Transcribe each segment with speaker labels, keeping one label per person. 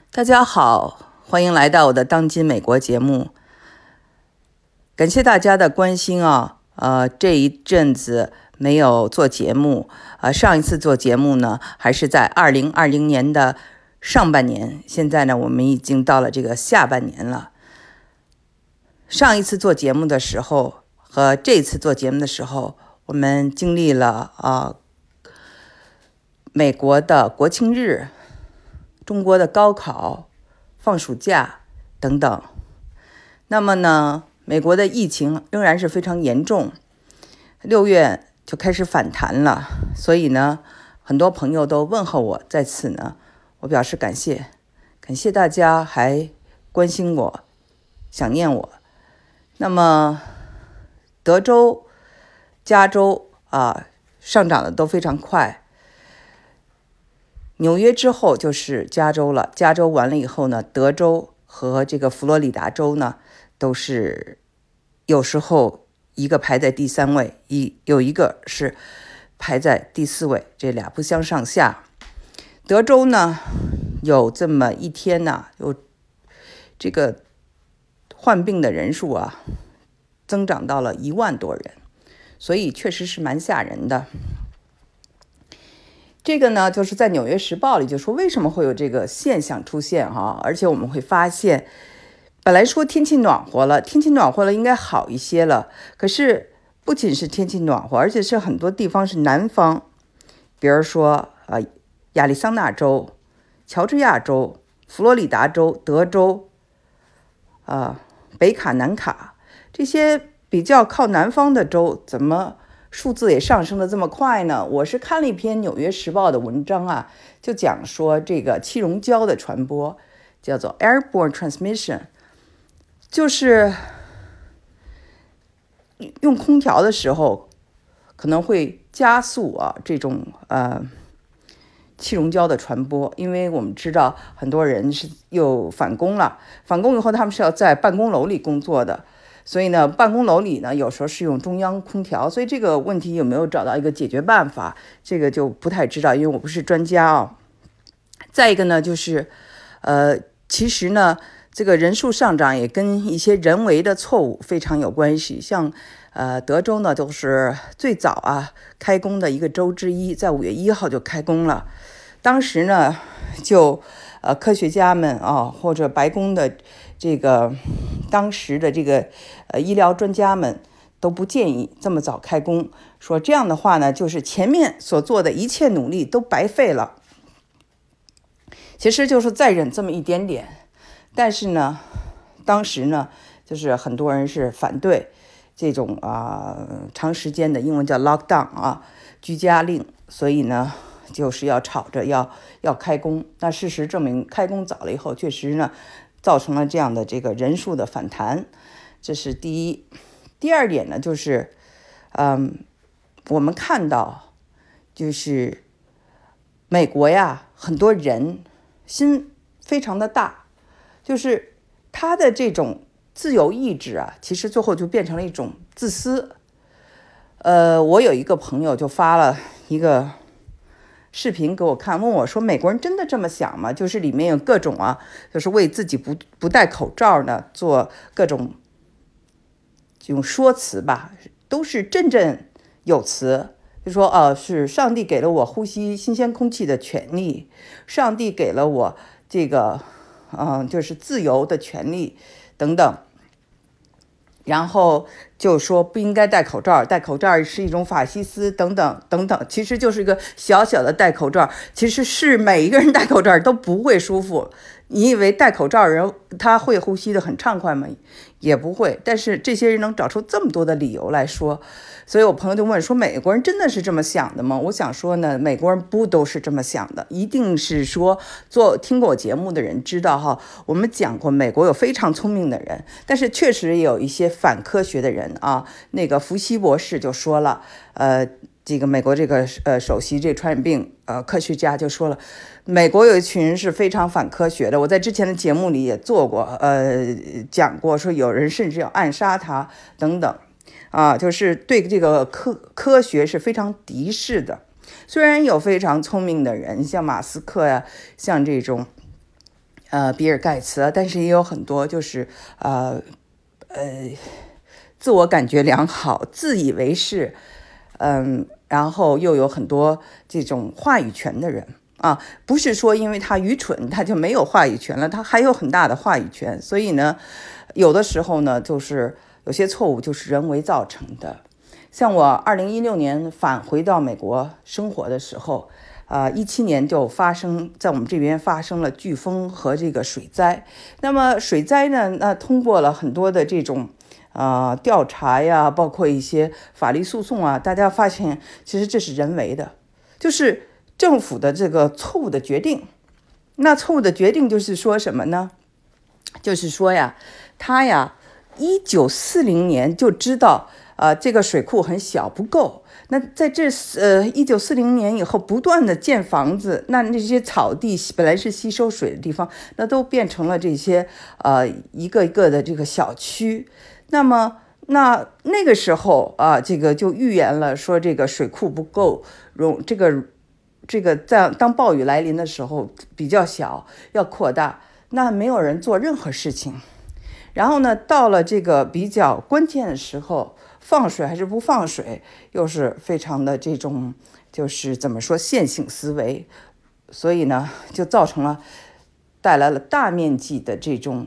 Speaker 1: 大家好，欢迎来到我的当今美国节目。感谢大家的关心啊，这一阵子没有做节目，上一次做节目呢还是在2020年的上半年，现在呢我们已经到了这个下半年了。上一次做节目的时候和这次做节目的时候，我们经历了美国的国庆日、中国的高考、放暑假等等。那么呢，美国的疫情仍然是非常严重，6月就开始反弹了，所以呢，很多朋友都问候我，在此呢，我表示感谢，感谢大家还关心我、想念我。那么，德州、加州上涨的都非常快。纽约之后就是加州了，加州完了以后呢，德州和这个佛罗里达州呢，都是有时候一个排在第3位，有一个是排在第4位，这俩不相上下。德州呢，有这么一天呢，有这个患病的人数增长到了1万多人，所以确实是蛮吓人的。这个呢，就是在《纽约时报》里就说为什么会有这个现象出现而且我们会发现，本来说天气暖和了应该好一些了，可是不仅是天气暖和，而且是很多地方是南方，比如说亚利桑那州、乔治亚州、佛罗里达州、德州北卡、南卡这些比较靠南方的州，怎么数字也上升的这么快呢？我是看了一篇《纽约时报》的文章就讲说这个气溶胶的传播叫做 airborne transmission， 就是用空调的时候可能会加速这种气溶胶的传播，因为我们知道很多人是又返工了，返工以后他们是要在办公楼里工作的。所以呢，办公楼里呢，有时候是用中央空调，所以这个问题有没有找到一个解决办法，这个就不太知道，因为我不是专家再一个呢，就是其实呢，这个人数上涨也跟一些人为的错误非常有关系。像德州呢，都是最早开工的一个州之一，在5月1号就开工了。当时呢，就科学家们或者白宫的这个当时的这个医疗专家们都不建议这么早开工，说这样的话呢，就是前面所做的一切努力都白费了。其实就是再忍这么一点点，但是呢，当时呢，就是很多人是反对这种长时间的，英文叫 lockdown 居家令，所以呢，就是要吵着要开工。那事实证明，开工早了以后，确实呢，造成了这样的这个人数的反弹，这是第一。第二点呢，就是我们看到就是美国很多人心非常的大，就是他的这种自由意志其实最后就变成了一种自私。我有一个朋友就发了一个视频给我看，问我说美国人真的这么想吗？就是里面有各种就是为自己不戴口罩呢做各种这种说辞吧，都是振振有词，就说是上帝给了我呼吸新鲜空气的权利，上帝给了我这个就是自由的权利等等。然后就说不应该戴口罩，戴口罩是一种法西斯等等等等，其实就是一个小小的戴口罩，其实是每一个人戴口罩都不会舒服。你以为戴口罩人他会呼吸的很畅快吗？也不会。但是这些人能找出这么多的理由来说，所以我朋友就问说美国人真的是这么想的吗？我想说呢，美国人不都是这么想的，一定是说听过我节目的人知道我们讲过美国有非常聪明的人，但是确实也有一些反科学的人那个福西博士就说了，这个美国这个首席这传染病科学家就说了，美国有一群人是非常反科学的。我在之前的节目里也做过讲过，说有人甚至要暗杀他等等就是对这个科学是非常敌视的。虽然有非常聪明的人，像马斯克像这种比尔盖茨啊，但是也有很多就是自我感觉良好、自以为是，然后又有很多这种话语权的人啊，不是说因为他愚蠢他就没有话语权了，他还有很大的话语权。所以呢，有的时候呢，就是有些错误就是人为造成的。像我2016年返回到美国生活的时候。17年就在我们这边发生了飓风和这个水灾。那么水灾呢，那通过了很多的这种调查呀，包括一些法律诉讼啊，大家发现其实这是人为的，就是政府的这个错误的决定。那错误的决定就是说什么呢？就是说呀，他呀1940年就知道这个水库很小不够。那在这1940年以后不断的建房子，那些草地本来是吸收水的地方，那都变成了这些一个一个的这个小区。那么那个时候这个就预言了说这个水库不够这个在当暴雨来临的时候比较小，要扩大，那没有人做任何事情。然后呢，到了这个比较关键的时候，放水还是不放水，又是非常的这种就是怎么说线性思维。所以呢，就带来了大面积的这种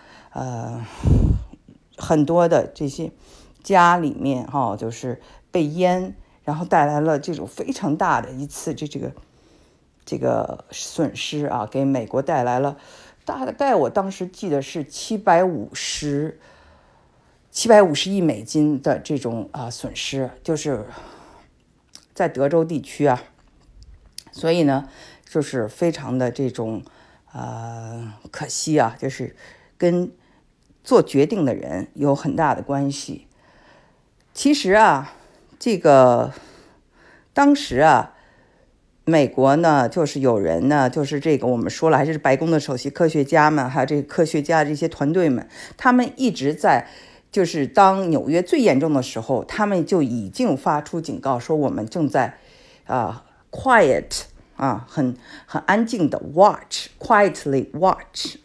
Speaker 1: 很多的这些家里面就是被淹，然后带来了这种非常大的一次这个损失给美国带来了大概我当时记得是750亿美金的这种损失，就是在德州地区所以呢，就是非常的这种可惜就是跟做决定的人有很大的关系。其实这个当时美国呢，就是有人呢，就是这个我们说了，还是白宫的首席科学家们，还有这个科学家这些团队们，他们一直在，就是当纽约最严重的时候，他们就已经发出警告，说我们正在quiet很安静的 quietly watch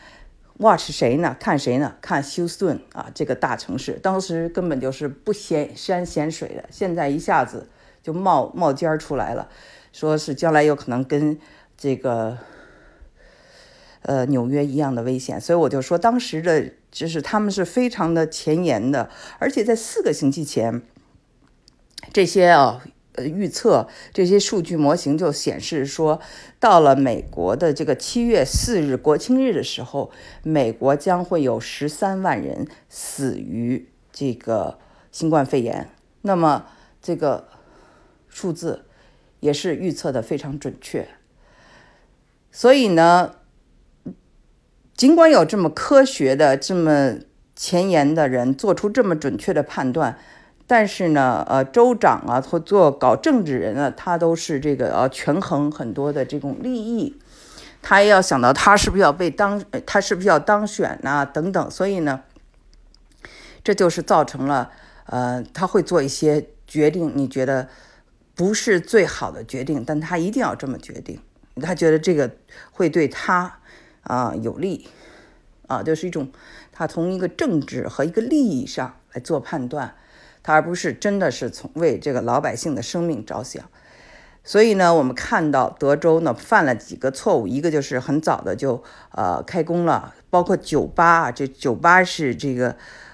Speaker 1: watch 谁呢？看谁呢？看休斯顿这个大城市，当时根本就是不嫌山嫌水的，现在一下子就冒尖出来了。说是将来有可能跟这个纽约一样的危险。所以我就说当时的就是他们是非常的前沿的，而且在4个星期前，这些预测这些数据模型就显示说，到了美国的这个7月4日国庆日的时候，美国将会有13万人死于这个新冠肺炎。那么这个数字也是预测的非常准确。所以呢，尽管有这么科学的这么前沿的人做出这么准确的判断，但是呢州长或搞政治人他都是这个权衡很多的这种利益，他也要想到他是不是要当选等等。所以呢，这就是造成了他会做一些决定，你觉得不是最好的决定，但他一定要这么决定，他觉得这个会对他有利就是一种他从一个政治和一个利益上来做判断，他而不是真的是为这个老百姓的生命着想。所以呢，我们看到德州呢犯了几个错误，一个就是很早的就开工了，包括酒吧这酒吧是这个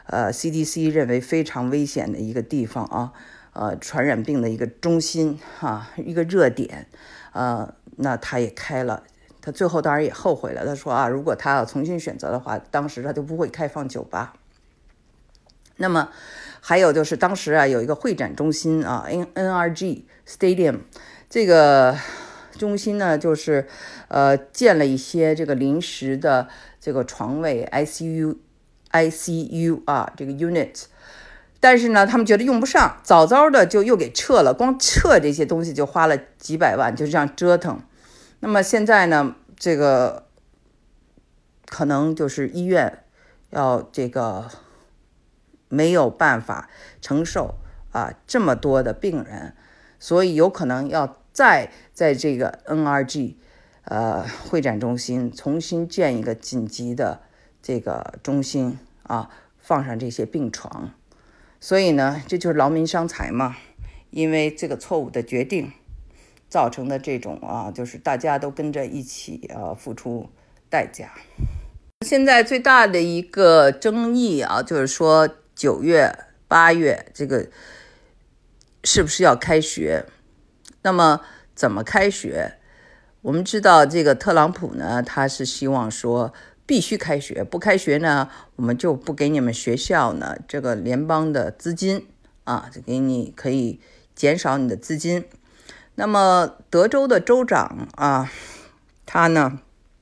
Speaker 1: CDC 认为非常危险的一个地方传染病的一个中心一个热点那他也开了，他最后当然也后悔了，他说如果他要重新选择的话，当时他就不会开放酒吧。那么还有就是当时有一个会展中心NRG Stadium， 这个中心呢就是建了一些这个临时的这个床位 ICU 这个 unit， 但是呢他们觉得用不上，早的就又给撤了，光撤这些东西就花了几百万，就这样折腾。那么现在呢，这个可能就是医院要这个没有办法承受这么多的病人，所以有可能要再在这个 NRG 会展中心，重新建一个紧急的这个中心啊，放上这些病床。所以呢，这就是劳民伤财嘛，因为这个错误的决定造成的这种就是大家都跟着一起付出代价。现在最大的一个争议就是说9月、8月这个是不是要开学？那么怎么开学？我们知道这个特朗普呢，他是希望说必须开学，不开学呢，我们就不给你们学校呢这个联邦的资金就给你可以减少你的资金。那么德州的州长他呢，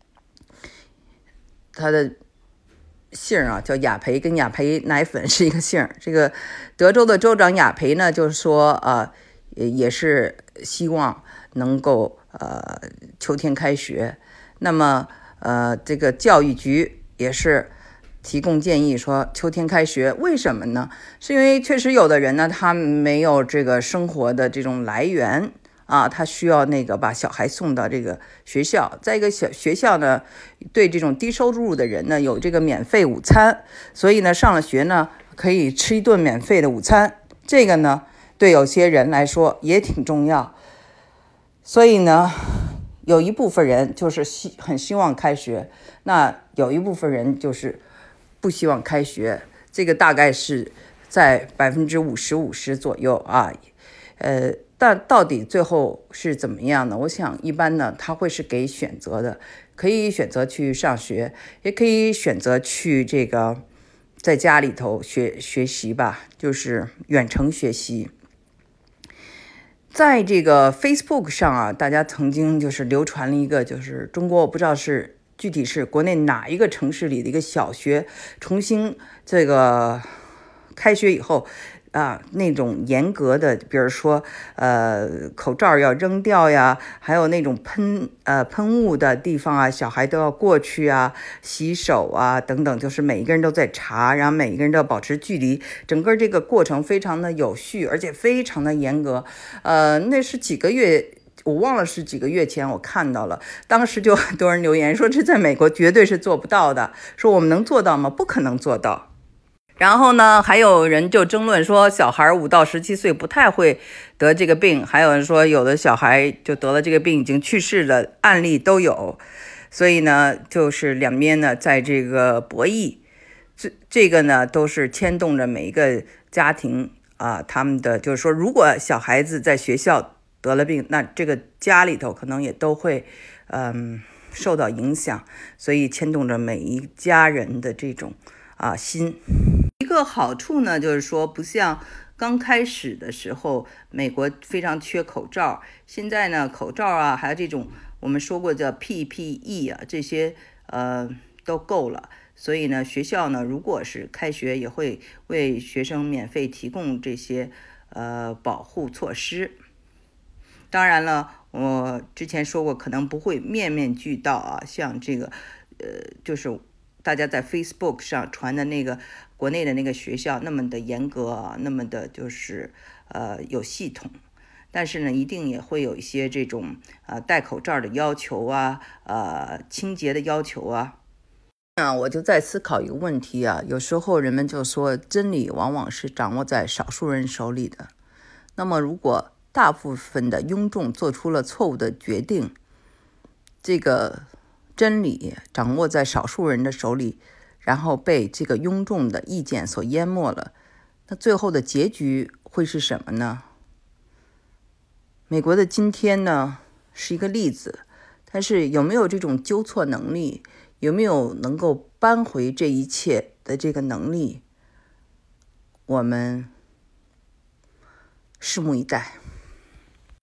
Speaker 1: 他的姓叫雅培，跟雅培奶粉是一个姓。这个德州的州长雅培呢，就是说也是希望能够秋天开学。那么这个教育局也是提供建议说秋天开学。为什么呢？是因为确实有的人呢，他没有这个生活的这种来源他需要把小孩送到这个学校。在一个学校呢，对这种低收入的人呢，有这个免费午餐，所以呢，上了学呢，可以吃一顿免费的午餐。这个呢，对有些人来说也挺重要。所以呢，有一部分人就是很希望开学，那有一部分人就是不希望开学。这个大概是在50%-50%左右但到底最后是怎么样呢？我想一般呢，他会是给选择的，可以选择去上学，也可以选择去这个在家里头学习吧，就是远程学习。在这个 Facebook 上大家曾经就是流传了一个，就是中国我不知道是具体是国内哪一个城市里的一个小学重新这个开学以后那种严格的，比如说口罩要扔掉呀，还有那种喷雾的地方小孩都要过去洗手等等，就是每一个人都在查，然后每一个人都要保持距离，整个这个过程非常的有序，而且非常的严格。那是几个月，我忘了是几个月前我看到了，当时就很多人留言说这在美国绝对是做不到的，说我们能做到吗？不可能做到。然后呢，还有人就争论说小孩5到17岁不太会得这个病，还有人说有的小孩就得了这个病已经去世的案例都有。所以呢，就是两边呢在这个博弈，这个呢都是牵动着每一个家庭他们的就是说，如果小孩子在学校得了病，那这个家里头可能也都会受到影响，所以牵动着每一家人的这种心。一个好处呢，就是说不像刚开始的时候，美国非常缺口罩，现在呢，口罩还有这种我们说过的 PPE 这些都够了。所以呢，学校呢，如果是开学，也会为学生免费提供这些保护措施。当然了，我之前说过，可能不会面面俱到像这个就是大家在 Facebook 上传的那个国内的那个学校那么的严格那么的就是有系统。但是呢，一定也会有一些这种戴口罩的要求清洁的要求我就在思考一个问题有时候人们就说真理往往是掌握在少数人手里的。那么如果大部分的庸众做出了错误的决定，这个真理掌握在少数人的手里，然后被这个庸众的意见所淹没了，那最后的结局会是什么呢？美国的今天呢是一个例子，但是有没有这种纠错能力，有没有能够扳回这一切的这个能力，我们拭目以待。